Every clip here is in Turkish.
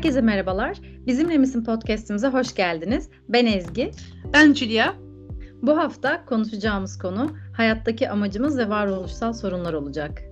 Herkese merhabalar. Bizimle Misin podcast'imize hoş geldiniz. Ben Ezgi. Ben Julia. Bu hafta konuşacağımız konu hayattaki amacımız ve varoluşsal sorunlar olacak.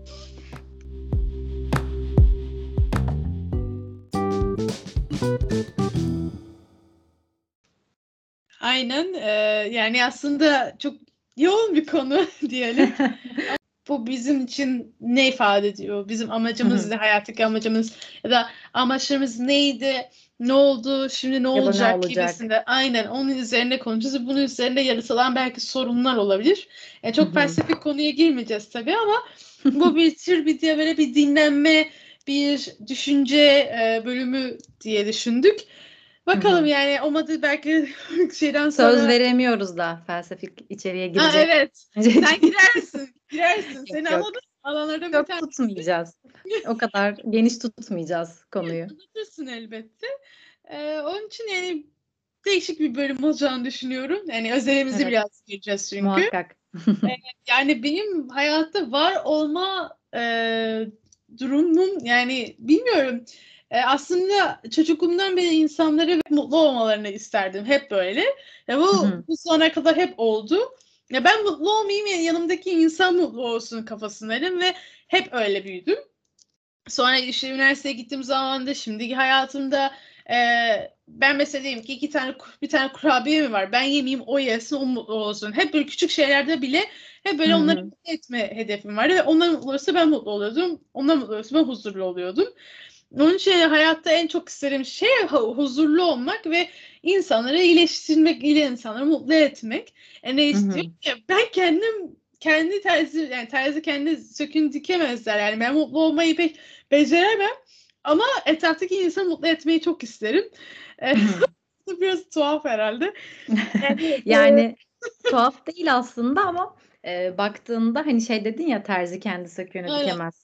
Aynen. Yani aslında çok yoğun bir konu diyelim. Bu bizim için ne ifade ediyor? Bizim amacımız ne? Hayattaki amacımız ya da amaçlarımız neydi? Ne oldu? Şimdi ne olacak gibisinde. Aynen. Onun üzerine konuşacağız. Bunun üzerine yaratılan belki sorunlar olabilir. Çok felsefik konuya girmeyeceğiz tabii ama bu bir tür böyle bir dinlenme, bir düşünce bölümü diye düşündük. Bakalım yani olmadı belki şeyden sonra. Söz veremiyoruz da felsefik içeriğe girecek. Evet. Sen girersin. Seni alanlarda çok tutmayacağız. O kadar geniş tutmayacağız konuyu. Anlatırsın elbette. Onun için yani değişik bir bölüm olacağını düşünüyorum. Yani özelimizi biraz gireceğiz çünkü. Muhakkak. Yani benim hayatta var olma durumum yani bilmiyorum. Aslında çocukluğumdan beri insanlara mutlu olmalarını isterdim. Hep böyle. Bu zamana kadar hep oldu. Ya ben mutlu olmayayım ya yanımdaki insan mutlu olsun kafasındaydım ve hep öyle büyüdüm. Sonra işte üniversiteye gittiğim zaman da şimdiki hayatımda ben mesela diyeyim ki bir tane kurabiye mi var? Ben yemeyeyim, o yesin, o mutlu olsun. Hep böyle küçük şeylerde bile hep böyle onları mutlu etme hedefim vardı ve onlar mutlu olursa ben mutlu oluyordum. Onlar mutlu olursa ben huzurlu oluyordum. Onun için hayatta en çok istediğim şey huzurlu olmak ve insanları iyileştirmek, insanları mutlu etmek. Ne istiyorum ki ben kendi terzi kendi sökün dikemezler. Yani ben mutlu olmayı pek beceremem. Ama etraftaki insanı mutlu etmeyi çok isterim. Biraz tuhaf herhalde. Yani tuhaf değil aslında ama baktığında hani şey dedin ya terzi kendi söküğünü dikemez.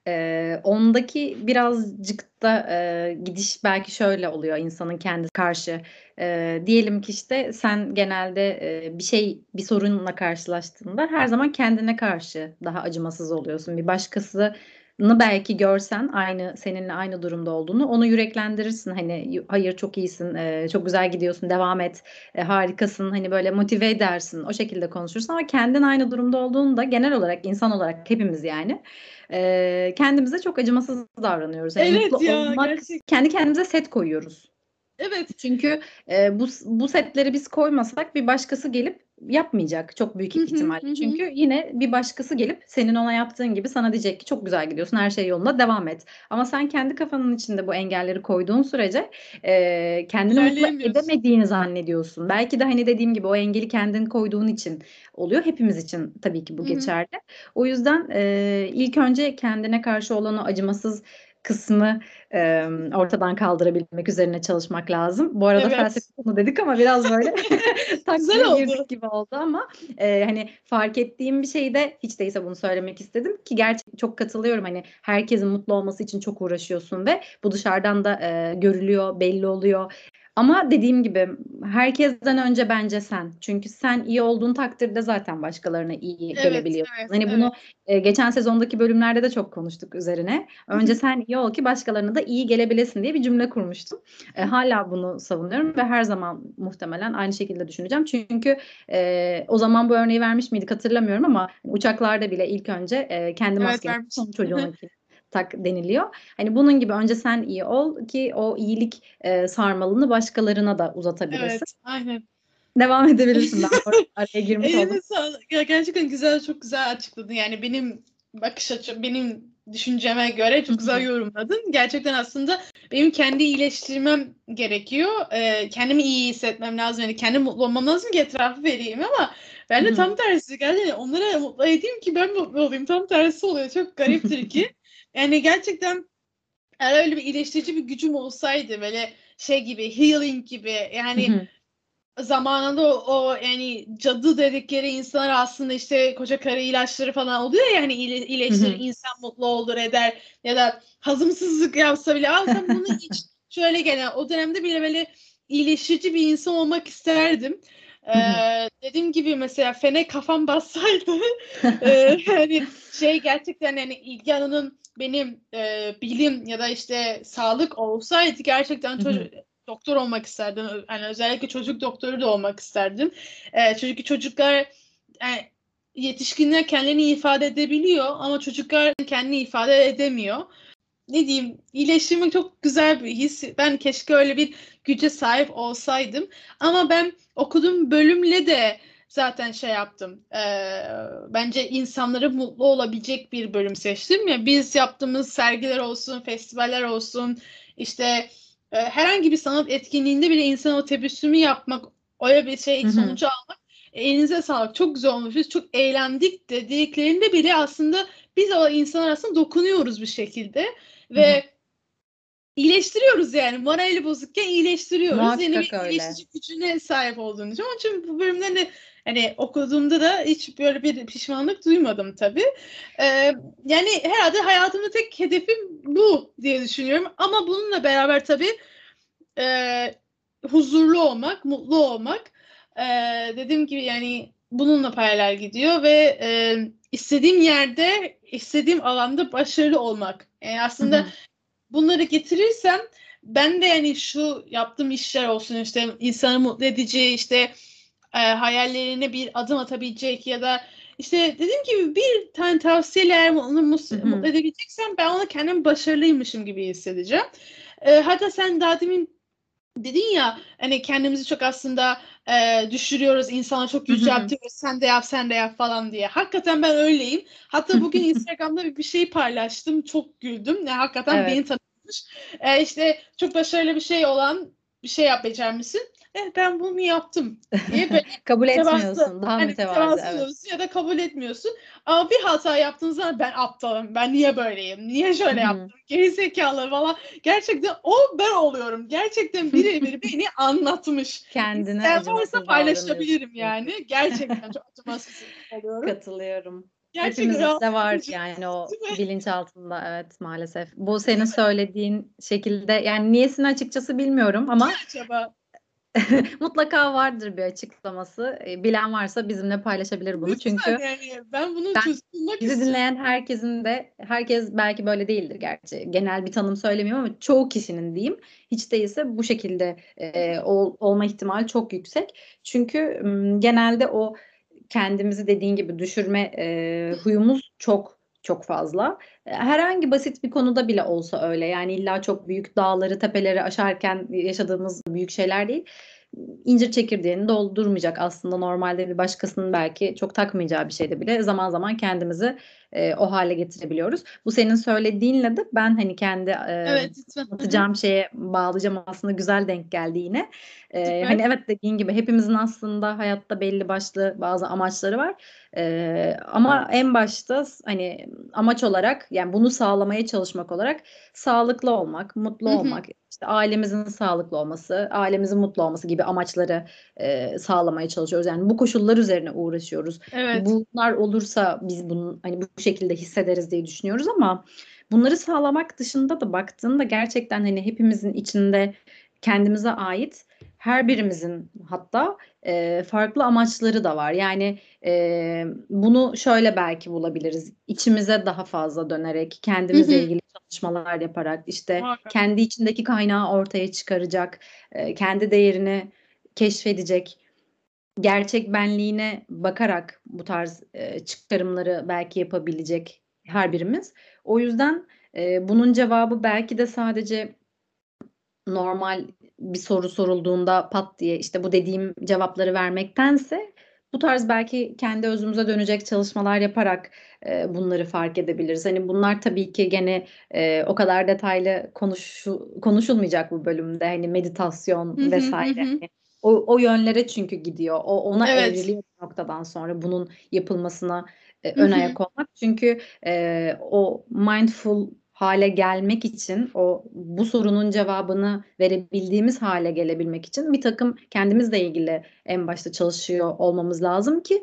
Ondaki birazcık da gidiş belki şöyle oluyor insanın kendisi karşı. Diyelim ki işte sen genelde bir sorunla karşılaştığında her zaman kendine karşı daha acımasız oluyorsun. Bir başkasını belki görsen seninle aynı durumda olduğunu onu yüreklendirirsin. Hani hayır çok iyisin, çok güzel gidiyorsun, devam et, harikasın. Hani böyle motive edersin. O şekilde konuşursun ama kendin aynı durumda olduğunda genel olarak insan olarak hepimiz yani kendimize çok acımasız davranıyoruz. Yani evet mutlu ya, olmak gerçekten. kendi kendimize set koyuyoruz. Evet. Çünkü bu setleri biz koymasak bir başkası gelip yapmayacak çok büyük ihtimalle. Çünkü yine bir başkası gelip senin ona yaptığın gibi sana diyecek ki çok güzel gidiyorsun, her şey yolunda, devam et. Ama sen kendi kafanın içinde bu engelleri koyduğun sürece kendini mutlu edemediğini zannediyorsun. Belki de hani dediğim gibi o engeli kendin koyduğun için oluyor. Hepimiz için tabii ki bu geçerli. O yüzden ilk önce kendine karşı olan o acımasız kısmı ortadan kaldırabilmek üzerine çalışmak lazım. Bu arada felsefe konu dedik ama biraz böyle taksiye girdik gibi oldu ama hani fark ettiğim bir şey de hiç değilse bunu söylemek istedim ki gerçekten çok katılıyorum. Hani herkesin mutlu olması için çok uğraşıyorsun ve bu dışarıdan da görülüyor, belli oluyor. Ama dediğim gibi herkesten önce bence sen. Çünkü sen iyi olduğun takdirde zaten başkalarına iyi gelebiliyorsun. Hani bunu geçen sezondaki bölümlerde de çok konuştuk üzerine. Önce sen iyi ol ki başkalarına da iyi gelebilesin diye bir cümle kurmuştum. Hala bunu savunuyorum ve her zaman muhtemelen aynı şekilde düşüneceğim. Çünkü o zaman bu örneği vermiş miydik hatırlamıyorum ama uçaklarda bile ilk önce kendi maskeni son çocuğununkini tak deniliyor. Hani bunun gibi önce sen iyi ol ki o iyilik sarmalını başkalarına da uzatabilirsin. Evet, aynen. Devam edebilirsin. Ben araya girmiş oldum. Gerçekten çok güzel açıkladın. Yani benim bakış açım, benim düşünceme göre çok güzel yorumladın. Gerçekten aslında benim kendi iyileştirmem gerekiyor. Kendimi iyi hissetmem lazım. Yani kendim mutlu olmam lazım ki etrafı vereyim ama ben de tam tersi. Yani onlara mutlu edeyim ki ben mutlu olayım. Tam tersi oluyor. Çok gariptir ki. Yani gerçekten eğer öyle bir iyileştirici bir gücüm olsaydı böyle şey gibi, healing gibi yani zamanında o yani cadı dedikleri insanlar aslında işte koca karı ilaçları falan oluyor ya yani iyileştirir, insan mutlu olur eder ya da hazımsızlık yapsa bile sen bunu iç şöyle gene o dönemde bile böyle iyileştirici bir insan olmak isterdim. Hı hı. Dediğim gibi mesela fene kafam bassaydı hani gerçekten hani ilgi alanım benim bilim ya da işte sağlık olsaydı gerçekten Hı hı. doktor olmak isterdim. Yani özellikle çocuk doktoru da olmak isterdim. Çünkü çocuklar yani yetişkinler kendilerini ifade edebiliyor ama çocuklar kendini ifade edemiyor. Ne diyeyim, iyileştirmek çok güzel bir his. Ben keşke öyle bir güce sahip olsaydım. Ama ben okuduğum bölümle de zaten yaptım. Bence insanları mutlu olabilecek bir bölüm seçtim ya. Biz yaptığımız sergiler olsun, festivaller olsun, işte herhangi bir sanat etkinliğinde bile insan o tebessümü yapmak, öyle bir Hı hı. sonucu almak. Elinize sağlık. Çok güzel olmuş. Biz çok eğlendik dediklerinde bile aslında biz o insanlar aslında dokunuyoruz bir şekilde. Hı hı. Ve iyileştiriyoruz yani. Morali bozukken iyileştiriyoruz. Yeni bir Muhakkak öyle. iyileştirici gücüne sahip olduğunu için. Onun için bu bölümlerini hani okuduğumda da hiç böyle bir pişmanlık duymadım tabii. Ee, Yani herhalde hayatımda tek hedefim bu diye düşünüyorum. Ama bununla beraber tabii e, huzurlu olmak, mutlu olmak. Dediğim gibi yani bununla paralel gidiyor ve istediğim yerde, istediğim alanda başarılı olmak. Yani Hı aslında hı. bunları getirirsem ben de yani şu yaptığım işler olsun, işte insanı mutlu edici, işte hayallerine bir adım atabilecek ya da işte dediğim gibi bir tane tavsiyeyle eğer onu Hı mutlu hı. edebileceksem ben ona kendim başarılıymışım gibi hissedeceğim. Hatta sen daha demin dedin ya hani kendimizi çok aslında düşürüyoruz, insana çok Hı yüce hı. yaptırıyoruz, sen de yap sen de yap falan diye. Hakikaten ben öyleyim. Hatta bugün Instagram'da bir şey paylaştım, çok güldüm. Ne hakikaten beni Evet. tanımış. İşte çok başarılı bir şey olan bir şey yap, becer misin? Ben bunu yaptım diye böyle Kabul mütevazı, etmiyorsun. Daha hani mütevazı. mütevazı Evet. oluyorsun ya da kabul etmiyorsun. Ama bir hata yaptığın zaman ben aptalım, ben niye böyleyim, niye Hı şöyle hı. yaptım, gerizekalı falan. Gerçekten o ben oluyorum. Gerçekten birebir beni anlatmış. Kendine İsteyen varsa acımasız davranıyorsun paylaşabilirim çünkü. yani. Gerçekten çok acımasız oluyorum. Katılıyorum. Gerçekten Hepimizde var rahatsız edici. yani o Değil mi? bilinç altında, evet, maalesef. Bu Değil senin mi? söylediğin şekilde, yani niyesini açıkçası bilmiyorum Niye ama acaba? mutlaka vardır bir açıklaması. Bilen varsa bizimle paylaşabilir bunu. Lütfen Çünkü yani ben bunu ben çözümlemek bizi istiyorum. dinleyen herkesin de, herkes belki böyle değildir gerçi. Genel bir tanım söylemiyorum ama çoğu kişinin diyeyim. Hiç değilse bu şekilde olma ihtimali çok yüksek. Çünkü genelde o kendimizi dediğin gibi düşürme huyumuz çok çok fazla. Herhangi basit bir konuda bile olsa öyle. Yani illa çok büyük dağları, tepeleri aşarken yaşadığımız büyük şeyler değil. İncir çekirdeğini doldurmayacak aslında, normalde bir başkasının belki çok takmayacağı bir şeyde bile zaman zaman kendimizi o hale getirebiliyoruz. Bu senin söylediğinle de ben hani kendi Evet lütfen. Hı hı. anlatacağım şeye bağlayacağım, aslında güzel denk geldi yine. Süper. Hani evet, dediğin gibi hepimizin aslında hayatta belli başlı bazı amaçları var. Ama en başta hani amaç olarak, yani bunu sağlamaya çalışmak olarak sağlıklı olmak, mutlu Hı hı. olmak, işte ailemizin sağlıklı olması, ailemizin mutlu olması gibi amaçları sağlamaya çalışıyoruz. Yani bu koşullar üzerine uğraşıyoruz. Evet. Bunlar olursa biz bunu hani bu şekilde hissederiz diye düşünüyoruz ama bunları sağlamak dışında da baktığında gerçekten hani hepimizin içinde kendimize ait, her birimizin hatta farklı amaçları da var. Yani bunu şöyle belki bulabiliriz. İçimize daha fazla dönerek, Hı kendimizle hı. ilgili çalışmalar yaparak, işte Muhakkak. kendi içindeki kaynağı ortaya çıkaracak, kendi değerini keşfedecek, gerçek benliğine bakarak bu tarz çıkarımları belki yapabilecek her birimiz. O yüzden bunun cevabı belki de sadece normal bir soru sorulduğunda pat diye işte bu dediğim cevapları vermektense, bu tarz belki kendi özümüze dönecek çalışmalar yaparak bunları fark edebiliriz. Hani bunlar tabii ki gene o kadar detaylı konuşulmayacak bu bölümde. Hani meditasyon Hı hı hı vesaire. hı. Hani o yönlere çünkü gidiyor. Ona Evet. evriliyor bir noktadan sonra bunun yapılmasına Hı ön hı. ayak olmak. Çünkü o mindful hale gelmek için, bu sorunun cevabını verebildiğimiz hale gelebilmek için bir takım kendimizle ilgili en başta çalışıyor olmamız lazım ki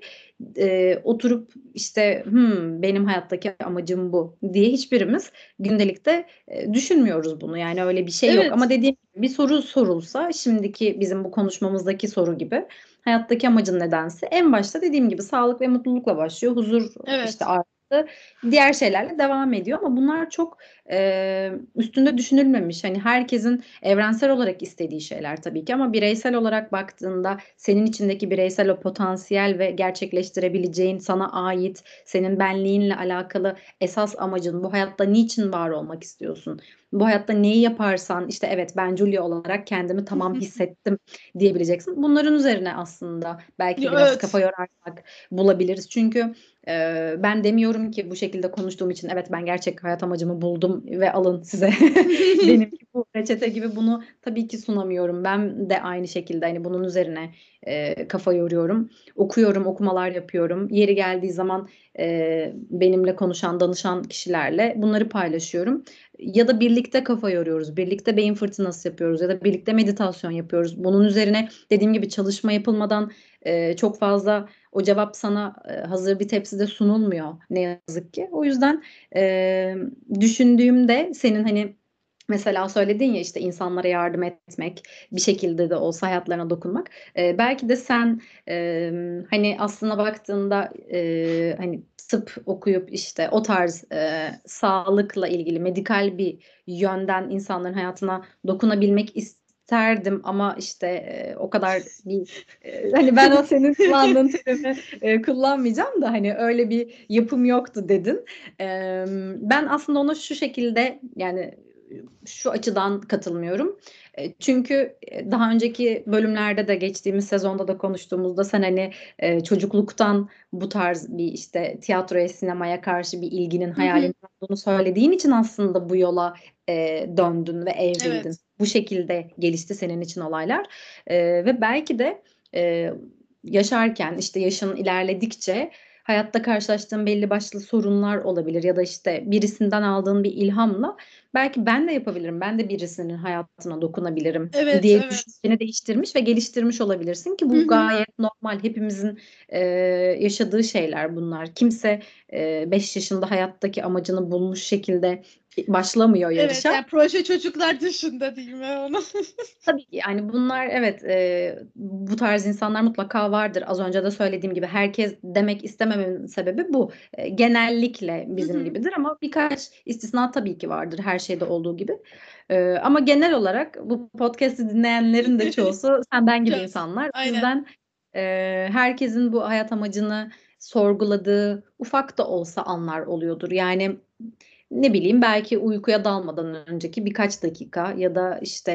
oturup işte benim hayattaki amacım bu diye hiçbirimiz gündelikte düşünmüyoruz bunu. Yani öyle bir şey yok. Ama Evet. dediğim gibi bir soru sorulsa, şimdiki bizim bu konuşmamızdaki soru gibi, hayattaki amacın nedense en başta dediğim gibi sağlık ve mutlulukla başlıyor. Huzur işte Evet. artı diğer şeylerle devam ediyor ama bunlar çok üstünde düşünülmemiş. Hani herkesin evrensel olarak istediği şeyler tabii ki ama bireysel olarak baktığında senin içindeki bireysel o potansiyel ve gerçekleştirebileceğin sana ait senin benliğinle alakalı esas amacın bu hayatta niçin var olmak istiyorsun? Bu hayatta neyi yaparsan işte evet ben Julia olarak kendimi tamam hissettim diyebileceksin. Bunların üzerine aslında belki biraz kafa Evet. yorarsak bulabiliriz. Çünkü ben demiyorum ki bu şekilde konuştuğum için evet ben gerçek hayat amacımı buldum ve alın size benimki bu reçete gibi bunu tabii ki sunamıyorum. Ben de aynı şekilde hani bunun üzerine kafa yoruyorum. Okuyorum, okumalar yapıyorum. Yeri geldiği zaman benimle konuşan, danışan kişilerle bunları paylaşıyorum. Ya da birlikte kafa yoruyoruz, birlikte beyin fırtınası yapıyoruz ya da birlikte meditasyon yapıyoruz. Bunun üzerine dediğim gibi çalışma yapılmadan çok fazla o cevap sana hazır bir tepside sunulmuyor ne yazık ki. O yüzden düşündüğümde senin hani mesela söyledin ya işte insanlara yardım etmek, bir şekilde de olsa hayatlarına dokunmak. Belki de sen hani aslına baktığında hani tıp okuyup işte o tarz sağlıkla ilgili medikal bir yönden insanların hayatına dokunabilmek isterdim ama işte o kadar bir hani ben o senin kullandığın terimi kullanmayacağım da hani öyle bir yapım yoktu dedin. E, Ben aslında ona şu şekilde yani şu açıdan katılmıyorum. Çünkü daha önceki bölümlerde de geçtiğimiz sezonda da konuştuğumuzda sen hani çocukluktan bu tarz bir işte tiyatroya, sinemaya karşı bir ilginin hayalinin olduğunu söylediğin için aslında bu yola döndün ve evrildin. Evet. Bu şekilde gelişti senin için olaylar. Ve belki de e, yaşarken işte yaşın ilerledikçe hayatta karşılaştığın belli başlı sorunlar olabilir ya da işte birisinden aldığın bir ilhamla belki ben de yapabilirim, ben de birisinin hayatına dokunabilirim Evet, diye evet. düşünceni değiştirmiş ve geliştirmiş olabilirsin ki Hı bu hı. gayet normal. Hepimizin yaşadığı şeyler bunlar. Kimse 5 yaşında hayattaki amacını bulmuş şekilde başlamıyor Evet, yarışa. yani proje çocuklar dışında diyeyim ben onu. Tabii ki yani bunlar evet bu tarz insanlar mutlaka vardır. Az önce de söylediğim gibi herkes demek istemememin sebebi bu. Genellikle Hı bizim hı. gibidir ama birkaç istisna tabii ki vardır her şeyde olduğu gibi. Ama genel olarak bu podcast'i dinleyenlerin de çoğusu senden gibi Çok. insanlar. O Aynen. yüzden herkesin bu hayat amacını sorguladığı ufak da olsa anlar oluyordur. Yani ne bileyim belki uykuya dalmadan önceki birkaç dakika ya da işte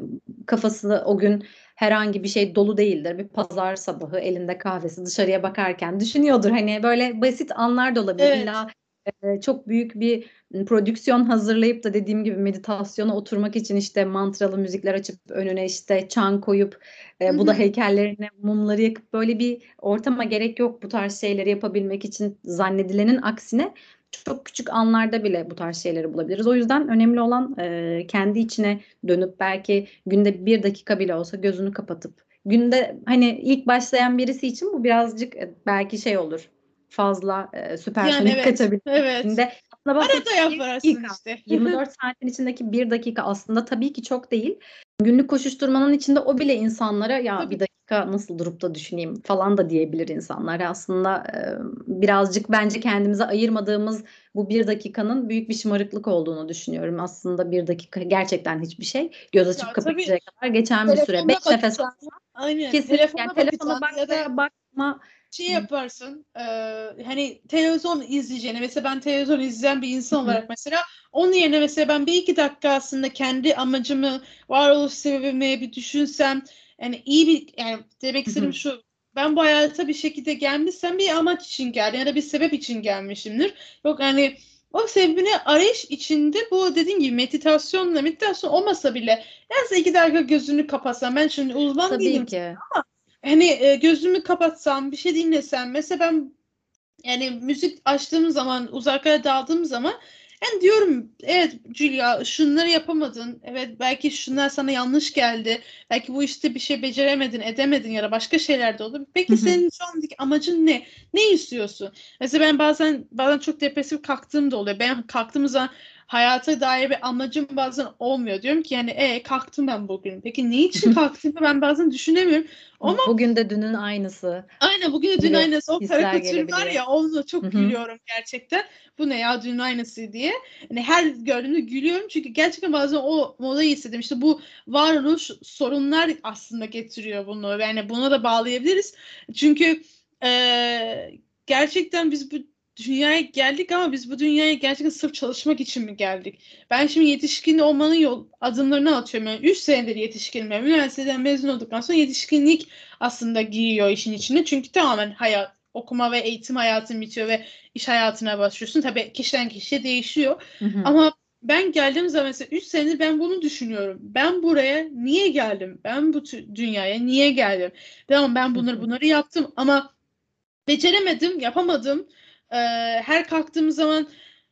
kafası o gün herhangi bir şey dolu değildir. Bir pazar sabahı elinde kahvesi dışarıya bakarken düşünüyordur. Hani böyle basit anlar da olabilir. Evet. İlla çok büyük bir prodüksiyon hazırlayıp da dediğim gibi meditasyona oturmak için işte mantralı müzikler açıp önüne işte çan koyup Hı Buda hı. heykellerine mumları yakıp böyle bir ortama gerek yok bu tarz şeyleri yapabilmek için zannedilenin aksine çok küçük anlarda bile bu tarz şeyleri bulabiliriz. O yüzden önemli olan kendi içine dönüp belki günde 1 dakika bile olsa gözünü kapatıp günde hani ilk başlayan birisi için bu birazcık belki şey olur. Fazla Yani süpersonik evet. kaçabilir. Evet. Günde aslında Arada bahsettiğim bir yaparsın dakika. işte. 24 saatin içindeki 1 dakika aslında tabii ki çok değil. Günlük koşuşturmanın içinde o bile insanlara ya Tabii. bir dakika nasıl durup da düşüneyim falan da diyebilir insanlar. Aslında birazcık bence kendimize ayırmadığımız bu 1 dakikanın büyük bir şımarıklık olduğunu düşünüyorum. Aslında 1 dakika gerçekten hiçbir şey. Göz açıp Ya tabii kapayıncaya kadar geçen bir süre. telefonuna 5 nefes bakacaksın. alsa Aynen. kesinlikle yani Telefona telefona bakacaksın ya da bakmaya bakma. şey yaparsın. Hani televizyon izleyeceğine mesela ben televizyon izleyen bir insan Hı hı, olarak mesela onun yerine mesela ben bir iki dakika aslında kendi amacımı, varoluş sebebimi bir düşünsem yani iyi bir yani demek hı istediğim hı. şu ben bu hayata bir şekilde gelmişsem bir amaç için geldim ya da bir sebep için gelmişimdir. Yok hani o sebebini arayış içinde bu dediğim gibi meditasyon olmasa bile en 2 dakika gözünü kapatsan ben şimdi uzman Tabii değilim ki. hani gözümü kapatsam bir şey dinlesem mesela ben yani müzik açtığım zaman uzaklara daldığım zaman yani diyorum evet Julia şunları yapamadın evet belki şunlar sana yanlış geldi belki bu işte bir şey beceremedin edemedin ya da başka şeyler de olur Hı peki hı. senin şu andaki amacın ne istiyorsun mesela ben bazen çok depresif kalktığım da oluyor ben kalktığım zaman hayata dair bir amacım bazen olmuyor. Diyorum ki yani kalktım ben bugün. Peki ne için kalktığımı ben bazen düşünemiyorum. Ama Bugün de dünün aynısı aynen bugün de dün gibi aynısı. O hisler karikatür var gelebiliyor. ya, onunla Hı çok hı. gülüyorum gerçekten. Bu ne ya, dün aynısı diye. Hani her gördüğümde gülüyorum çünkü gerçekten bazen o molayı hissediyorum. İşte bu varoluş sorunlar aslında getiriyor bunu. Yani buna da bağlayabiliriz. Çünkü gerçekten biz bu dünyaya geldik ama biz bu dünyaya gerçekten sırf çalışmak için mi geldik? Ben şimdi yetişkin olmanın yol adımlarını atıyorum. Yani 3 senedir yetişkinim. Yani üniversiteden mezun olduktan sonra yetişkinlik aslında giriyor işin içine. Çünkü tamamen hayat, okuma ve eğitim hayatın bitiyor ve iş hayatına başlıyorsun. Tabii kişiden kişiye değişiyor. Hı hı. Ama ben geldiğim zaman mesela 3 senedir ben bunu düşünüyorum. Ben buraya niye geldim? Ben bu dünyaya niye geldim? Tamam, ben Hı hı. bunları yaptım ama beceremedim, yapamadım. Her kalktığım zaman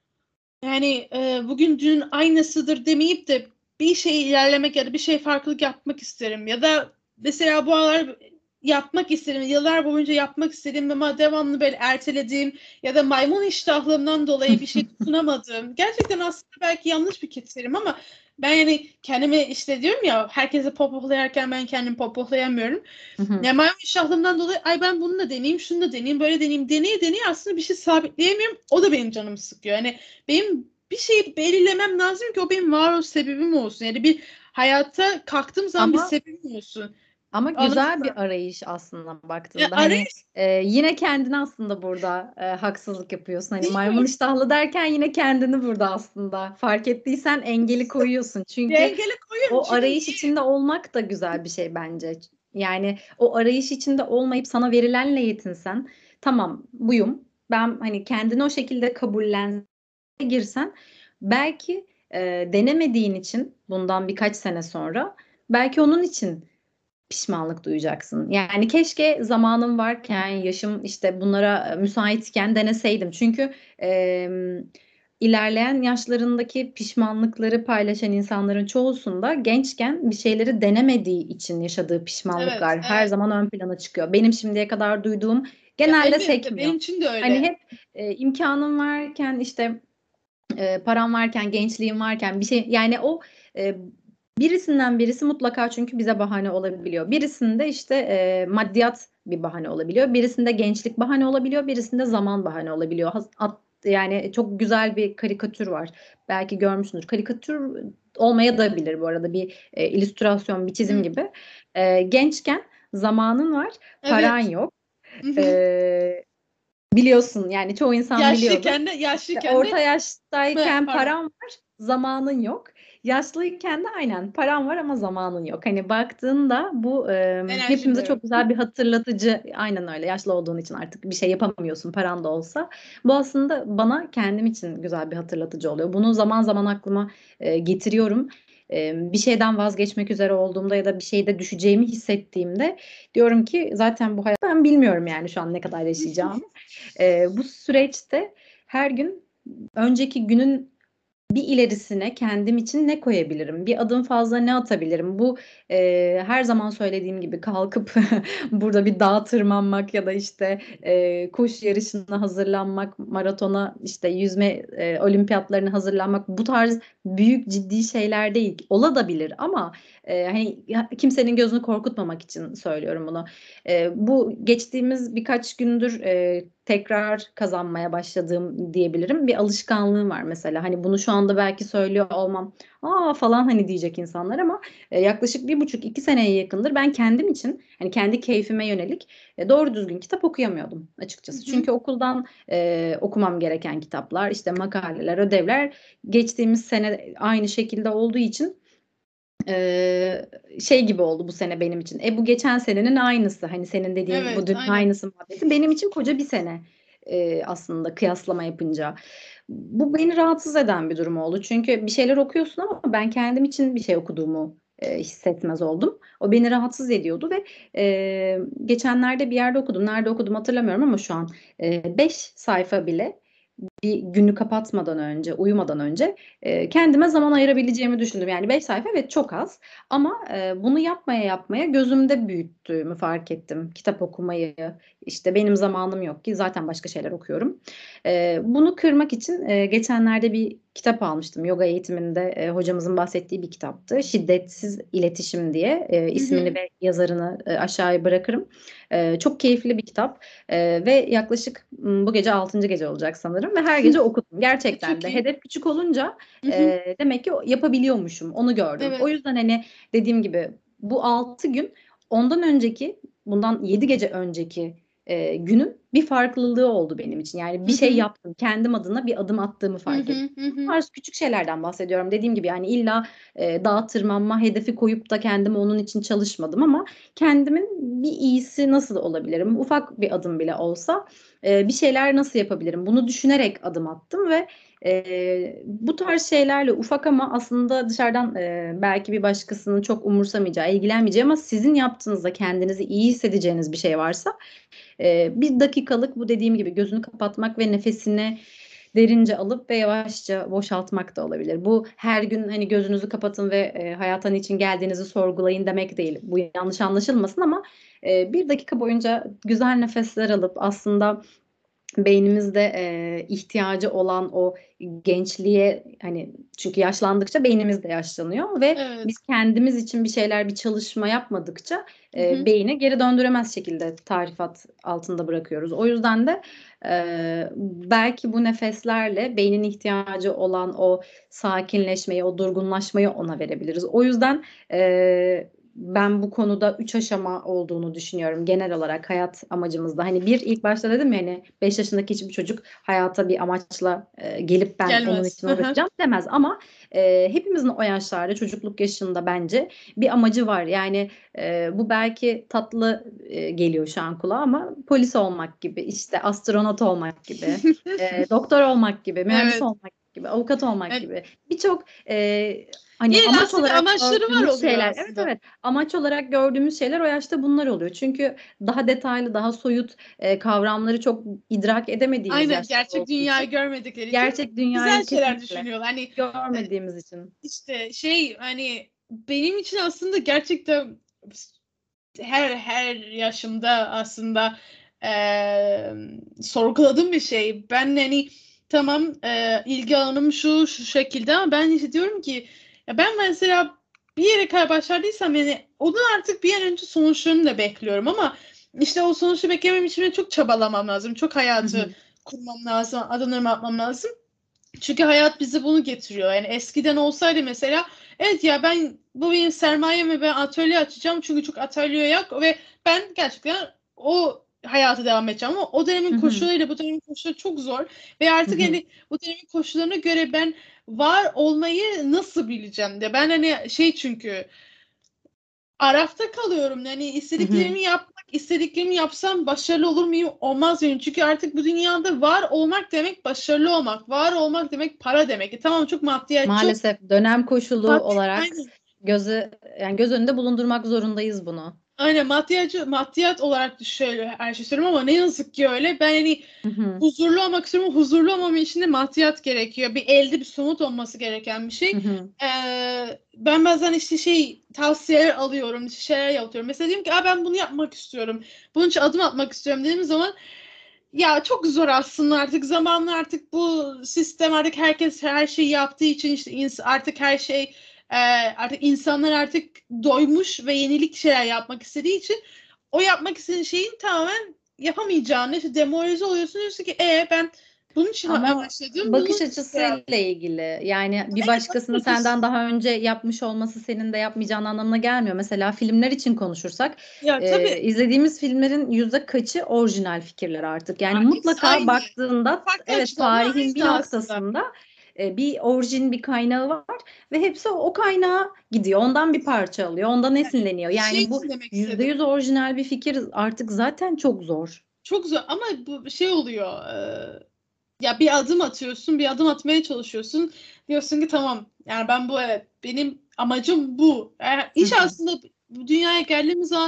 yani bugün dün aynısıdır demeyip de bir şey ilerlemek ya da bir şey farklılık yapmak isterim. Ya da mesela bu aralar yapmak isterim. Yıllar boyunca yapmak istediğim ama devamlı böyle ertelediğim ya da maymun iştahlığımdan dolayı bir şey tutunamadığım. Gerçekten aslında belki yanlış bir keserim ama ben yani kendimi işte diyorum ya, herkese pohpohlayarken ben kendimi pohpohlayamıyorum. Hı hı. Ya maymun iştahlığımdan dolayı ay ben bunu da deneyeyim, şunu da deneyeyim, böyle deneyeyim. Deneye deneye aslında bir şey sabitleyemiyorum. O da benim canımı sıkıyor. Yani benim bir şeyi belirlemem lazım ki o benim varoluş sebebim olsun. Yani bir hayatta kalktığım zaman bir Ama sebebim olsun. Ama Anladın güzel mı? bir arayış aslında Ya baktığında. Hani arayış yine kendine aslında burada haksızlık yapıyorsun. Hani değil maymun mi? iştahlı derken yine kendini burada aslında. Fark ettiysen engeli koyuyorsun. Çünkü Engele koyuyorum o çünkü arayış niye? içinde olmak da güzel bir şey bence. Yani o arayış içinde olmayıp sana verilenle yetinsen, tamam buyum. Ben hani kendini o şekilde kabullen girsen belki denemediğin için bundan birkaç sene sonra belki onun için pişmanlık duyacaksın. Yani keşke zamanım varken, yaşım işte bunlara müsaitken deneseydim. Çünkü e, ilerleyen yaşlarındaki pişmanlıkları paylaşan insanların çoğusunda gençken bir şeyleri denemediği için yaşadığı Evet, pişmanlıklar her evet. zaman ön plana çıkıyor. Benim şimdiye kadar duyduğum Ya genelde elbette sekmiyor. benim için de Hani öyle. hep imkanım varken işte param varken, gençliğim varken bir şey yani o e, birisinden birisi mutlaka çünkü bize bahane olabiliyor. Birisinde işte maddiyat bir bahane olabiliyor. Birisinde gençlik bahane olabiliyor. Birisinde zaman bahane olabiliyor. Yani çok güzel bir karikatür var. Belki görmüşsündür. Karikatür olmaya da bilir bu arada bir illüstrasyon, bir çizim Hı, gibi. Gençken zamanın var, paran evet. yok. Hı hı. E, Biliyorsun yani çoğu insan biliyordur. İşte Yaşlıyken orta de yaştayken pardon. param var, zamanın yok. Yaşlıyken de aynen param var ama zamanın yok. Hani baktığında bu Enerjim de hepimize yok. çok güzel bir hatırlatıcı. Aynen öyle. Yaşlı olduğun için artık bir şey yapamıyorsun paran da olsa. Bu aslında bana kendim için güzel bir hatırlatıcı oluyor. Bunu zaman zaman aklıma getiriyorum. Bir şeyden vazgeçmek üzere olduğumda ya da bir şeyde düşeceğimi hissettiğimde diyorum ki zaten bu hayat ben bilmiyorum yani şu an ne kadar yaşayacağımı. Bu süreçte her gün önceki günün bir ilerisine kendim için ne koyabilirim? Bir adım fazla ne atabilirim? Bu her zaman söylediğim gibi kalkıp burada bir dağa tırmanmak ya da işte koşu yarışına hazırlanmak, maratona işte yüzme olimpiyatlarına hazırlanmak bu tarz büyük ciddi şeyler değil. Ola da bilir ama hani kimsenin gözünü korkutmamak için söylüyorum bunu. Bu geçtiğimiz birkaç gündür tekrar kazanmaya başladığım diyebilirim. Bir alışkanlığım var mesela. Hani bunu şu anda belki söylüyor olmam, aa falan hani diyecek insanlar ama yaklaşık 1,5-2 seneye yakındır ben kendim için hani kendi keyfime yönelik doğru düzgün kitap okuyamıyordum Hı açıkçası. hı. Çünkü okuldan okumam gereken kitaplar, işte makaleler, ödevler geçtiğimiz sene aynı şekilde olduğu için şey gibi oldu bu sene benim için. Bu geçen senenin aynısı. Hani senin dediğin bu Evet, dün aynen. aynısı muhabbeti. Benim için koca bir sene aslında kıyaslama yapınca. Bu beni rahatsız eden bir durum oldu. Çünkü bir şeyler okuyorsun ama ben kendim için bir şey okuduğumu hissetmez oldum. O beni rahatsız ediyordu ve geçenlerde bir yerde okudum. Nerede okudum hatırlamıyorum ama şu an 5 sayfa bile bir günü kapatmadan önce, uyumadan önce kendime zaman ayırabileceğimi düşündüm. Yani 5 sayfa evet çok az ama bunu yapmaya gözümde büyüttüğümü fark ettim. Kitap okumayı, işte benim zamanım yok ki zaten başka şeyler okuyorum. Bunu kırmak için geçenlerde bir kitap almıştım. Yoga eğitiminde hocamızın bahsettiği bir kitaptı. Şiddetsiz İletişim diye Hı ismini hı. ve yazarını aşağıya bırakırım. Çok keyifli bir kitap. Ve yaklaşık bu gece 6. gece olacak sanırım ve her gece okudum. Gerçekten Çok de iyi. hedef küçük olunca Hı hı. demek ki yapabiliyormuşum. Onu gördüm. O Evet. yüzden hani dediğim gibi bu 6 gün ondan önceki, bundan 7 gece önceki günün bir farklılığı oldu benim için. Yani Hı bir şey hı. yaptım. Kendim adına bir adım attığımı Hı fark ettim. hı. Hı Bu hı. tarz küçük şeylerden bahsediyorum. Dediğim gibi yani illa dağa tırmanma hedefi koyup da kendime onun için çalışmadım ama kendimin bir iyisi nasıl olabilirim? Ufak bir adım bile olsa bir şeyler nasıl yapabilirim? Bunu düşünerek adım attım ve bu tarz şeylerle ufak ama aslında dışarıdan belki bir başkasının çok umursamayacağı, ilgilenmeyeceği ama sizin yaptığınızda kendinizi iyi hissedeceğiniz bir şey varsa bir dakikalık bu dediğim gibi gözünü kapatmak ve nefesini derince alıp ve yavaşça boşaltmak da olabilir. Bu her gün hani gözünüzü kapatın ve hayata niçin geldiğinizi sorgulayın demek değil. Bu yanlış anlaşılmasın ama bir dakika boyunca güzel nefesler alıp aslında beynimizde ihtiyacı olan o gençliğe hani çünkü yaşlandıkça beynimiz de yaşlanıyor ve Evet. biz kendimiz için bir şeyler bir çalışma yapmadıkça Hı hı. beyine geri döndüremez şekilde tarifat altında bırakıyoruz. O yüzden de belki bu nefeslerle beynin ihtiyacı olan o sakinleşmeyi, o durgunlaşmayı ona verebiliriz. O yüzden ben bu konuda 3 aşama olduğunu düşünüyorum genel olarak hayat amacımızda. Hani bir ilk başta dedim ya hani 5 yaşındaki hiçbir çocuk hayata bir amaçla gelip ben onun Gelmez. için Hı hı. uğraşacağım demez ama hepimizin o yaşlarda çocukluk yaşında bence bir amacı var. Yani bu belki tatlı geliyor şu an kulağa ama polis olmak gibi, işte astronot olmak gibi, doktor olmak gibi, mühendis Evet. olmak gibi, avukat olmak Evet. gibi birçok hani Yani amaç aslında bir olarak amaçları var gördüğümüz oluyor şeyler, evet aslında. evet, amaç olarak gördüğümüz şeyler o yaşta bunlar oluyor. Çünkü daha detaylı, daha soyut kavramları çok idrak edemediğimiz Aynen, yaşlar gerçek olduğu için, dünyayı görmedikleri için gerçek güzel dünyayı şeyler kesinlikle düşünüyorlar. Hani görmediğimiz için. işte şey, hani benim için aslında gerçekten her yaşımda aslında sorguladığım bir şey. Ben hani tamam, ilgi alanım şu şekilde ama ben işte diyorum ki ya ben mesela bir yere kadar başardıysam yani onun artık bir an önce sonuçlarını da bekliyorum ama işte o sonuçları beklemem için de çok çabalamam lazım. Çok Hı hayatı hı. kurmam lazım, adımlarımı atmam lazım. Çünkü hayat bize bunu getiriyor. Yani eskiden olsaydı mesela evet ya ben bu benim sermayem ve ben atölye açacağım çünkü çok atölye yok ve ben gerçekten o hayata devam edeceğim ama o dönemin Hı hı. koşullarıyla bu dönemin koşulları çok zor ve Hı artık hı. yani bu dönemin koşullarına göre ben var olmayı nasıl bileceğim de ben hani şey çünkü arafta kalıyorum. Yani Hı hı. istediklerimi yapmak, istediklerimi yapsam başarılı olur muyum? Olmaz mıyım? Çünkü artık bu dünyada var olmak demek başarılı olmak. Var olmak demek para demek. Tamam, çok maddiyatçı. Maalesef dönem koşulu olarak Aynen. yani göz önünde bulundurmak zorundayız bunu. Aynen, maddiyat olarak şöyle her şey söylüyorum ama ne yazık ki öyle. Ben hani Hı hı. huzurlu olmak istiyorum. Huzurlu olmam için de maddiyat gerekiyor. Bir elde bir somut olması gereken bir Hı şey. hı. Ben bazen işte şey tavsiyeler alıyorum, işte şeyler yapıyorum. Mesela diyorum ki ben bunu yapmak istiyorum. Bunun için adım atmak istiyorum dediğim zaman ya çok zor aslında, artık zamanla artık bu sistem artık herkes her şeyi yaptığı için işte artık her şey artık insanlar artık doymuş ve yenilik şeyler yapmak istediği için o yapmak istediğin şeyin tamamen yapamayacağını işte demoralize oluyorsun, diyorsun ki ben bunun için Ama başladım, bunun bakış için şey açısıyla ilgili yani bir evet, başkasının senden daha önce yapmış olması senin de yapmayacağın anlamına gelmiyor. Mesela filmler için konuşursak ya tabii izlediğimiz filmlerin yüzde kaçı orijinal fikirler artık. Yani hepsi mutlaka aynı, baktığında farklı evet açıdan ama tarihin bir aynı aslında. noktasında bir orijin bir kaynağı var ve hepsi o kaynağa gidiyor. Ondan bir parça alıyor, ondan esinleniyor. Şey Yani bu için demek yüzde istedim. yüz orijinal bir fikir artık zaten çok zor. Çok zor ama bu şey oluyor. Ya bir adım atıyorsun, bir adım atmaya çalışıyorsun. Diyorsun ki tamam. Yani ben bu, evet, benim amacım bu. Yani Hı iş hı. aslında bu dünyaya geldiğimiz zaman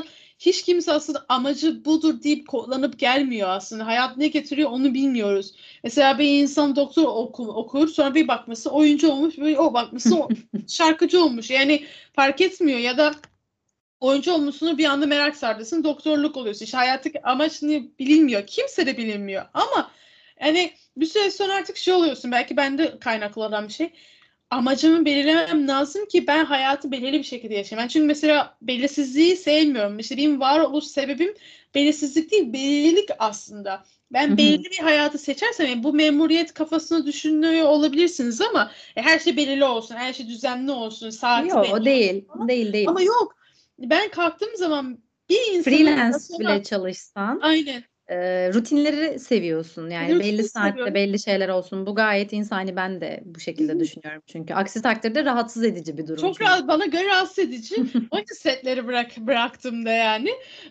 hiç kimse aslında amacı budur deyip kodlanıp gelmiyor aslında. Hayat ne getiriyor onu bilmiyoruz. Mesela bir insan doktor okur, sonra bir bakması oyuncu olmuş, bir o bakması şarkıcı olmuş. Yani fark etmiyor ya da oyuncu olmuşsun bir anda merak sardısın, doktorluk oluyorsun. İşte hayattaki amaç ne bilinmiyor. Kimse de bilinmiyor. Ama yani bir süre sonra artık şey oluyorsun. Belki bende kaynaklı olan bir şey. Amacımı belirlemem lazım ki ben hayatı belirli bir şekilde yaşayayım. Ben çünkü mesela belirsizliği sevmiyorum. İşte benim varoluş sebebim belirsizlik değil, belirlilik aslında. Ben belirli bir hayatı seçersem yani bu memuriyet kafasını düşünüyor olabilirsiniz ama her şey belirli olsun, her şey düzenli olsun, saati Yok, belli o olsun değil. falan. Değil. Ama yok. Ben kalktığım zaman bir insanın Freelance bile mesela çalışsan aynen rutinleri seviyorsun. Yani belli rutini saatte seviyorum. belli şeyler olsun. Bu gayet insani, ben de bu şekilde düşünüyorum. Çünkü aksi takdirde rahatsız edici bir durum Çok çünkü. rahat, bana göre rahatsız edici. O yüzden setleri bıraktım da yani.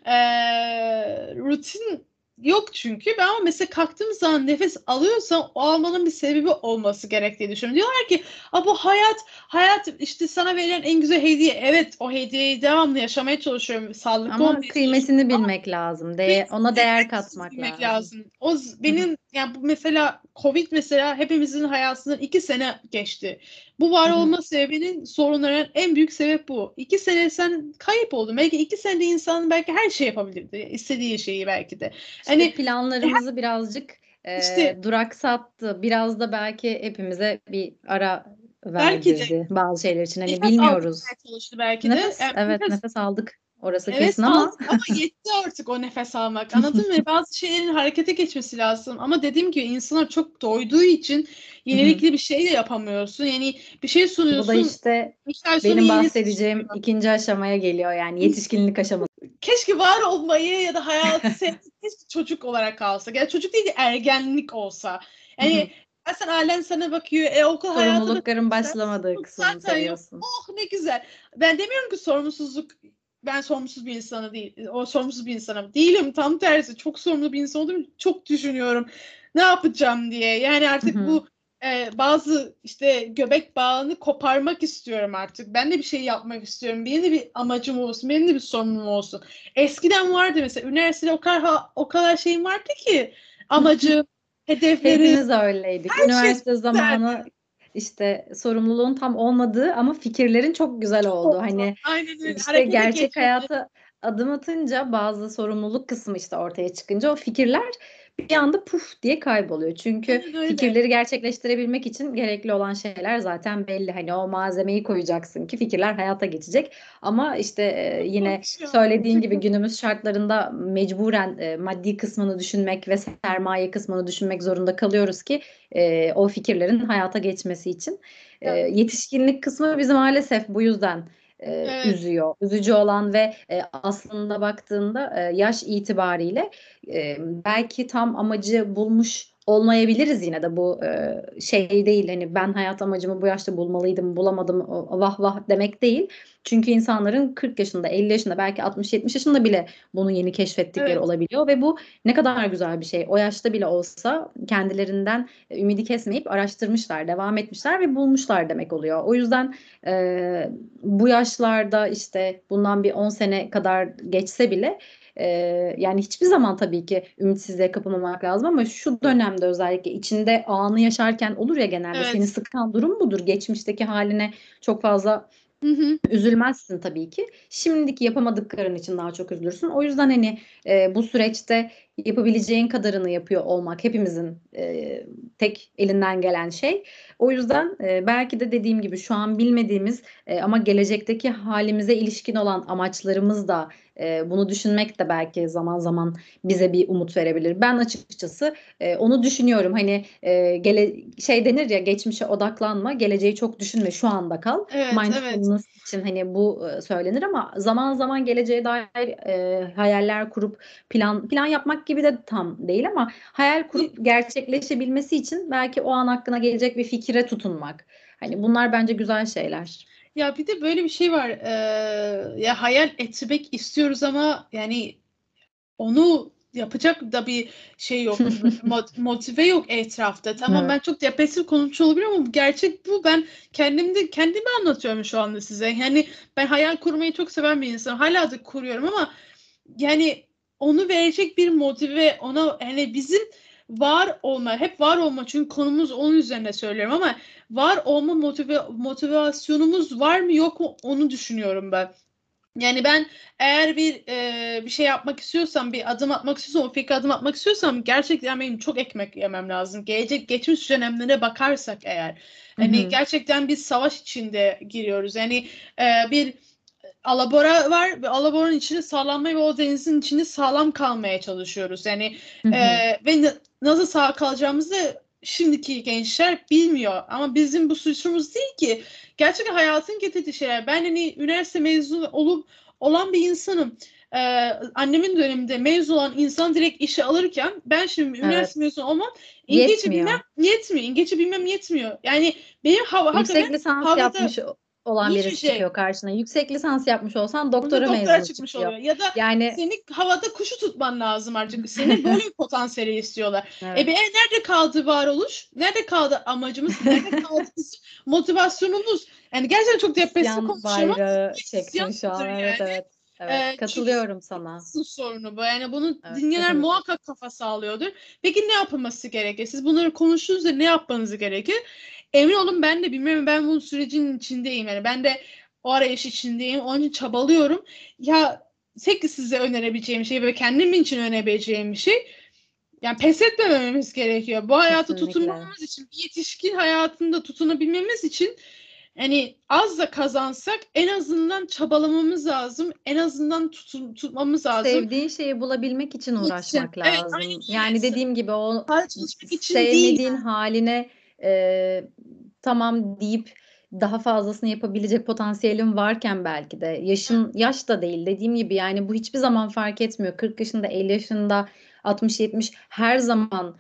Rutin yok çünkü. Ben ama mesela kalktığım zaman nefes alıyorsam o almanın bir sebebi olması gerektiğini düşünüyorum. Diyorlar ki bu hayat işte sana verilen en güzel hediye. Evet, o hediyeyi devamlı yaşamaya çalışıyorum. Sağlıklı Ama olmaya çalışıyorum. kıymetini bilmek lazım. Ona değer Kıymetini katmak bilmek lazım. lazım. Benim yani bu mesela Covid mesela hepimizin hayatından 2 sene geçti. Bu var olma sebebinin sorunların en büyük sebep bu. 2 sene sen kayıp oldun. Belki 2 senede insan belki her şey yapabilirdi. İstediği şeyi belki de. İşte Hani planlarımızı birazcık işte duraksattı. Biraz da belki hepimize bir ara belki de verdirdi bazı şeyler için. Hani nefes bilmiyoruz. aldırmaya çalıştı belki de. Yani Evet, nefes nefes aldık. Orası evet kesin ama aldık ama yetti artık o nefes almak. Anladın mı? Bazı şeylerin harekete geçmesi lazım. Ama dediğim gibi insanlar çok doyduğu için yenilikli bir şey de yapamıyorsun. Yani bir şey bu da sunuyorsun. işte 3 ay sonra benim yenisi bahsedeceğim çıkıyor. ikinci aşamaya geliyor. Yani yetişkinlik aşaması. Keşke var olmayı ya da hayatı sevmek keşke çocuk olarak kalsa. Yani çocuk değil de ergenlik olsa. Yani sen ailen sana bakıyor. Okul hayatı da Sorumlulukların güzel. başlamadığı kısmını Zaten yok. seviyorsun. Oh ne güzel. Ben demiyorum ki sorumsuzluk ben sorumsuz bir insana değil. O sorumsuz bir insanım. Değilim. Tam tersi. Çok sorumlu bir insan olduğum için çok düşünüyorum. Ne yapacağım diye. Yani artık bu bazı işte göbek bağını koparmak istiyorum artık. Ben de bir şey yapmak istiyorum. Benim de bir amacım olsun. Benim de bir sorumluluğum olsun. Eskiden vardı mesela. Üniversitede o kadar şeyim vardı ki. Amacım, hedeflerim, Hepimiz öyleydik. her şey Üniversite zamanı güzeldi. işte sorumluluğun tam olmadığı ama fikirlerin çok güzel olduğu. Oldu. Hani Aynen öyle. işte Harekete gerçek geçirdi. hayata adım atınca bazı sorumluluk kısmı işte ortaya çıkınca o fikirler bir anda puf diye kayboluyor. Çünkü Aynen öyle. fikirleri gerçekleştirebilmek için gerekli olan şeyler zaten belli. Hani o malzemeyi koyacaksın ki fikirler hayata geçecek. Ama işte yine Konuşuyorum. söylediğin gibi günümüz şartlarında mecburen maddi kısmını düşünmek ve sermaye kısmını düşünmek zorunda kalıyoruz ki o fikirlerin hayata geçmesi için. Yetişkinlik kısmı bizi maalesef bu yüzden Evet. üzüyor. Üzücü olan ve aslında baktığında yaş itibariyle belki tam amacı bulmuş olmayabiliriz, yine de bu şey değil, hani ben hayat amacımı bu yaşta bulmalıydım, bulamadım, vah vah demek değil. Çünkü insanların 40 yaşında, 50 yaşında, belki 60-70 yaşında bile bunu yeni keşfettikleri Evet. olabiliyor ve bu ne kadar güzel bir şey. O yaşta bile olsa kendilerinden ümidi kesmeyip araştırmışlar, devam etmişler ve bulmuşlar demek oluyor. O yüzden bu yaşlarda işte bundan bir 10 sene kadar geçse bile yani hiçbir zaman tabii ki ümitsizliğe kapılmamak lazım ama şu dönemde özellikle içinde anı yaşarken olur ya, genelde seni Evet. sıkan durum budur. Geçmişteki haline çok fazla Hı hı. üzülmezsin tabii ki. Şimdiki yapamadıkların için daha çok üzülürsün. O yüzden hani bu süreçte yapabileceğin kadarını yapıyor olmak hepimizin tek elinden gelen şey. O yüzden belki de dediğim gibi şu an bilmediğimiz ama gelecekteki halimize ilişkin olan amaçlarımız da bunu düşünmek de belki zaman zaman bize bir umut verebilir. Ben açıkçası onu düşünüyorum. Hani şey denir ya, geçmişe odaklanma, geleceği çok düşünme, şu anda kal. Evet. Evet. Mindfulness için hani bu söylenir ama zaman zaman geleceğe dair hayaller kurup plan yapmak gibi de tam değil ama hayal kurup gerçekleşebilmesi için belki o an aklına gelecek bir fikire tutunmak. Hani bunlar bence güzel şeyler. Ya bir de böyle bir şey var. Ya hayal etmek istiyoruz ama yani onu yapacak da bir şey yok. Motive yok etrafta. Tamam Evet. ben çok depresif konuşuyor olabilirim ama gerçek bu. Ben kendimi anlatıyorum şu anda size. Yani ben hayal kurmayı çok seven bir insanım. Hala da kuruyorum ama yani onu verecek bir motive, ona hani bizim var olma, hep var olma, çünkü konumuz onun üzerine söylüyorum, ama var olma motivasyonumuz var mı yok mu onu düşünüyorum ben. Yani ben eğer bir şey yapmak istiyorsam, bir adım atmak istiyorsam, o fikre adım atmak istiyorsam, gerçekten benim çok ekmek yemem lazım. Geçmiş dönemlere bakarsak eğer, Hı hani hı. gerçekten biz savaş içinde giriyoruz. Yani bir alabora var ve alaboranın içinde sağlanmaya ve o denizin içinde sağlam kalmaya çalışıyoruz. Yani Hı hı. ve nasıl sağ kalacağımızı şimdiki gençler bilmiyor. Ama bizim bu suçumuz değil ki. Gerçekten hayatın getirdiği şeyler. Ben hani üniversite mezunu olan bir insanım. Ee, Annemin döneminde mezun olan insan direkt işe alırken, ben şimdi üniversite Evet. mezunu olmam, İngilizce bilmem Yetmiyor. yetmiyor. İngilizce bilmem yetmiyor. Yani benim hakikaten Yüksek lisans havada yapmış olan hiçbir birisi şey. çıkıyor karşına. Yüksek lisans yapmış olsan Bunda doktora doktora mezunu çıkmış çıkıyor. oluyor. Ya da Yani seni havada kuşu tutman lazım artık. Senin böyle bir potansiyeli istiyorlar. evet. Nerede kaldı varoluş? Nerede kaldı amacımız? Nerede kaldı bizim motivasyonumuz? Yani gerçekten çok depresif İsyan konuşuyorum ama bayrağı bu çektin şu isyandır an. Evet, yani. evet. Evet. Çünkü Katılıyorum sana. nasıl sorunu bu? Yani bunu Evet, dinleyenler hepimizin. muhakkak kafa sağlıyordur. Peki ne yapılması gerekir? Siz bunları konuştuğunuzda ne yapmanız gerekir? Emin olun, ben de bilmiyorum. Ben bu sürecin içindeyim. Yani ben de o arayış içindeyim. Onun için çabalıyorum. Ya tek size önerebileceğim şey ve kendim için önerebileceğim bir şey, yani pes etmememiz gerekiyor. Bu hayata Kesinlikle. tutunmamız için, bir yetişkin hayatında tutunabilmemiz için, yani az da kazansak en azından çabalamamız lazım. En azından tutmamız lazım. Sevdiğin şeyi bulabilmek için İçin. uğraşmak Evet, aynen lazım. öyle. Yani dediğim gibi o Para çalışmak için değil. sevmediğin haline tamam deyip daha fazlasını yapabilecek potansiyelin varken belki de yaş da değil dediğim gibi yani bu hiçbir zaman fark etmiyor. 40 yaşında, 50 yaşında, 60-70 her zaman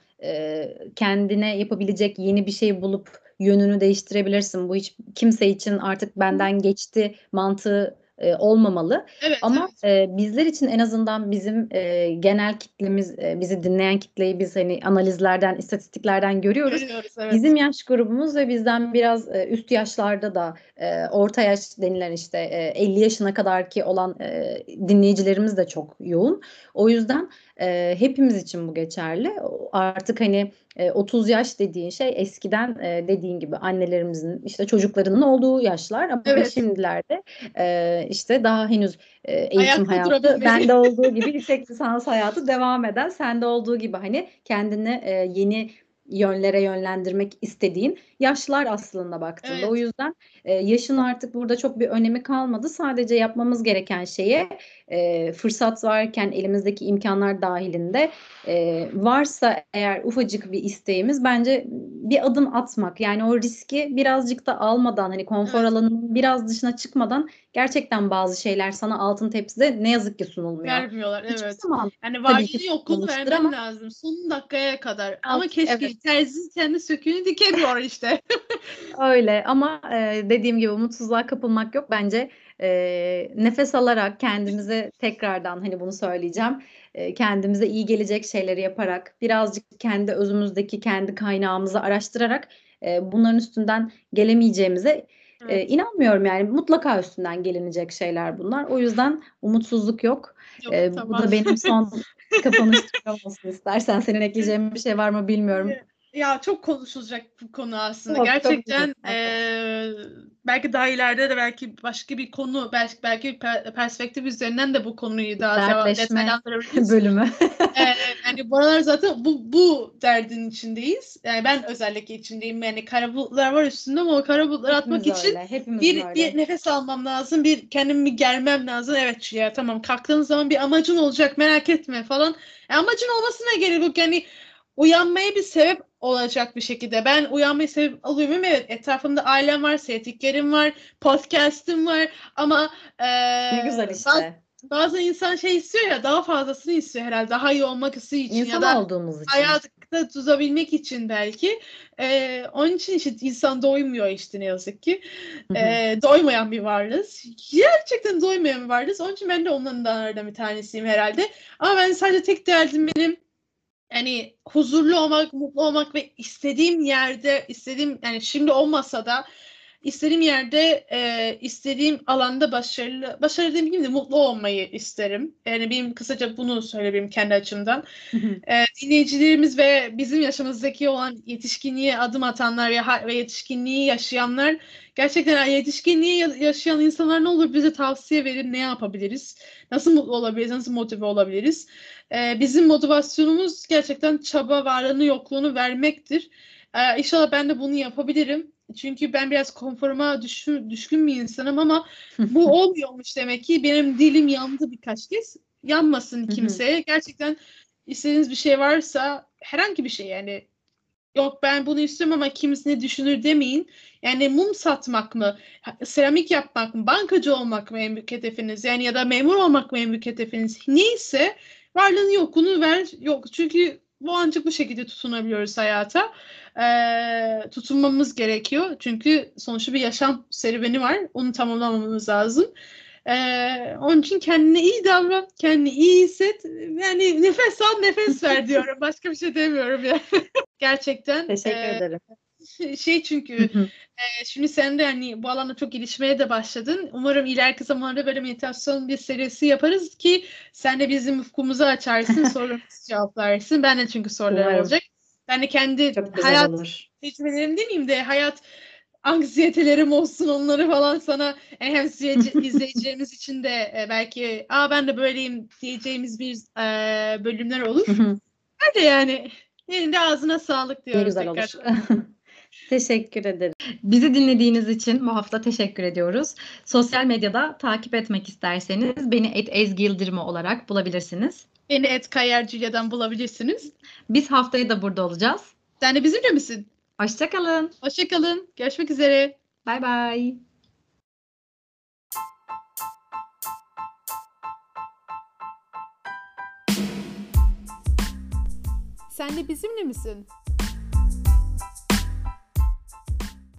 kendine yapabilecek yeni bir şey bulup yönünü değiştirebilirsin. Bu hiç kimse için artık benden geçti mantığı olmamalı. Evet, Ama evet. bizler için en azından bizim genel kitlemiz, bizi dinleyen kitleyi biz hani analizlerden, istatistiklerden görüyoruz. Görüyoruz, evet. Bizim yaş grubumuz ve bizden biraz üst yaşlarda da orta yaş denilen işte 50 yaşına kadar ki olan dinleyicilerimiz de çok yoğun. O yüzden hepimiz için bu geçerli. Artık hani 30 yaş dediğin şey eskiden dediğin gibi annelerimizin işte çocuklarının olduğu yaşlar ama Evet. şimdilerde işte daha henüz eğitim Ayakta hayatı durabilmeli. bende olduğu gibi yüksek lisans hayatı devam eden sende olduğu gibi hani kendini yeni yönlere yönlendirmek istediğin yaşlar aslında baktığında. O Evet. yüzden yaşın artık burada çok bir önemi kalmadı. Sadece yapmamız gereken şeye fırsat varken elimizdeki imkanlar dahilinde varsa eğer ufacık bir isteğimiz bence bir adım atmak. Yani o riski birazcık da almadan hani konfor Evet. alanının biraz dışına çıkmadan gerçekten bazı şeyler sana altın tepside ne yazık ki sunulmuyor. Vermiyorlar, Hiçbir evet. zaman Yani tabii ki varlığını yokluğunu sunulmamıştır vermen ama lazım. Son dakikaya kadar. Ama alt, evet. keşke terzi kendi söküğünü dikemiyor işte. Öyle ama dediğim gibi umutsuzluğa kapılmak yok. Bence nefes alarak kendimize tekrardan hani bunu söyleyeceğim. Kendimize iyi gelecek şeyleri yaparak birazcık kendi özümüzdeki kendi kaynağımızı araştırarak bunların üstünden gelemeyeceğimize Evet. inanmıyorum yani mutlaka üstünden gelinecek şeyler bunlar. O yüzden umutsuzluk yok. Yok, Bu tamam. da benim son kapanış cümlem olsun istersen. Senin ekleyeceğin bir şey var mı bilmiyorum. Ya çok konuşulacak bu konu aslında. Çok güzel. Gerçekten Evet. belki daha ileride de belki başka bir konu, belki bir perspektif üzerinden de bu konuyu daha Dertleşme detaylandırabiliriz. bölümü. Yani bu aralar zaten bu derdin içindeyiz. Yani ben özellikle içindeyim. Yani kara bulutlar var üstünde ama o kara bulutları atmak Hepimiz için öyle. Hepimizin bir öyle. nefes almam lazım. Bir kendimi bir germem lazım. Evet ya, tamam, kalktığın zaman bir amacın olacak, merak etme falan. Amacın olmasına gerek yok. Yani uyanmaya bir sebep olacak bir şekilde. Ben uyanmayı sebep alıyorum. Evet, etrafımda ailem var, sevdiklerim var, podcast'im var ama Ne güzel işte. bazen insan şey istiyor ya, daha fazlasını istiyor herhalde. Daha iyi olmak için ya İnsan da olduğumuz için. hayatta tutabilmek için belki. Onun için işte insan doymuyor işte, ne yazık ki. Hı hı. Doymayan bir varlığız. Gerçekten doymayan bir varlığız. Onun için ben de onlardan bir tanesiyim herhalde. Ama ben sadece tek derdim benim, yani huzurlu olmak, mutlu olmak ve istediğim yerde, yani şimdi olmasa da istediğim yerde, istediğim alanda başarılı demeyeyim de mutlu olmayı isterim. Yani benim kısaca bunu söyleyebilirim kendi açımdan. Dinleyicilerimiz ve bizim yaşımızdaki olan yetişkinliğe adım atanlar ve yetişkinliği yaşayanlar, gerçekten yetişkinliği yaşayan insanlar ne olur bize tavsiye verin, ne yapabiliriz? Nasıl mutlu olabiliriz? Nasıl motive olabiliriz? Bizim motivasyonumuz gerçekten çaba, varlığını, yokluğunu vermektir. İnşallah ben de bunu yapabilirim. Çünkü ben biraz konforuma düşkün bir insanım ama bu olmuyormuş demek ki. Benim dilim yandı birkaç kez. Yanmasın kimseye. Gerçekten istediğiniz bir şey varsa, herhangi bir şey yani, yok ben bunu istiyorum ama kimisi ne düşünür demeyin. Yani mum satmak mı, seramik yapmak mı, bankacı olmak mı en büyük hedefiniz? Yani ya da memur olmak mı en büyük hedefiniz? Neyse varlığını yokluğunu ver. Yok, çünkü bu ancak bu şekilde tutunabiliyoruz hayata. Tutunmamız gerekiyor. Çünkü sonuçta bir yaşam serüveni var. Onu tamamlamamız lazım. Onun için kendine iyi davran, kendini iyi hisset. Yani nefes al, nefes ver diyorum. Başka bir şey demiyorum yani. Gerçekten Teşekkür ederim. çünkü şimdi sen de hani bu alanda çok gelişmeye de başladın. Umarım ileriki zamanlarda böyle meditasyon bir serisi yaparız ki sen de bizim ufkumuzu açarsın, sorularımızı cevaplarsın. Ben de çünkü sorularım Umarım. olacak. Ben de kendi Çok güzel hayat olur. tecrübelerim demeyeyim de hayat anksiyetelerim olsun, onları falan sana hem izleyicilerimiz için de belki ben de böyleyim diyeceğimiz bir bölümler olur. Hadi yani. Senin de ağzına sağlık Ne diyorum güzel tekrar. olur. Teşekkür ederim. Bizi dinlediğiniz için bu hafta teşekkür ediyoruz. Sosyal medyada takip etmek isterseniz beni @ezgiyıldırım olarak bulabilirsiniz. Beni @kayercilya'dan bulabilirsiniz. Biz haftaya da burada olacağız. Sen de bizimle misin? Hoşça kalın. Hoşça kalın. Görüşmek üzere. Bay bay. Sen de bizimle misin?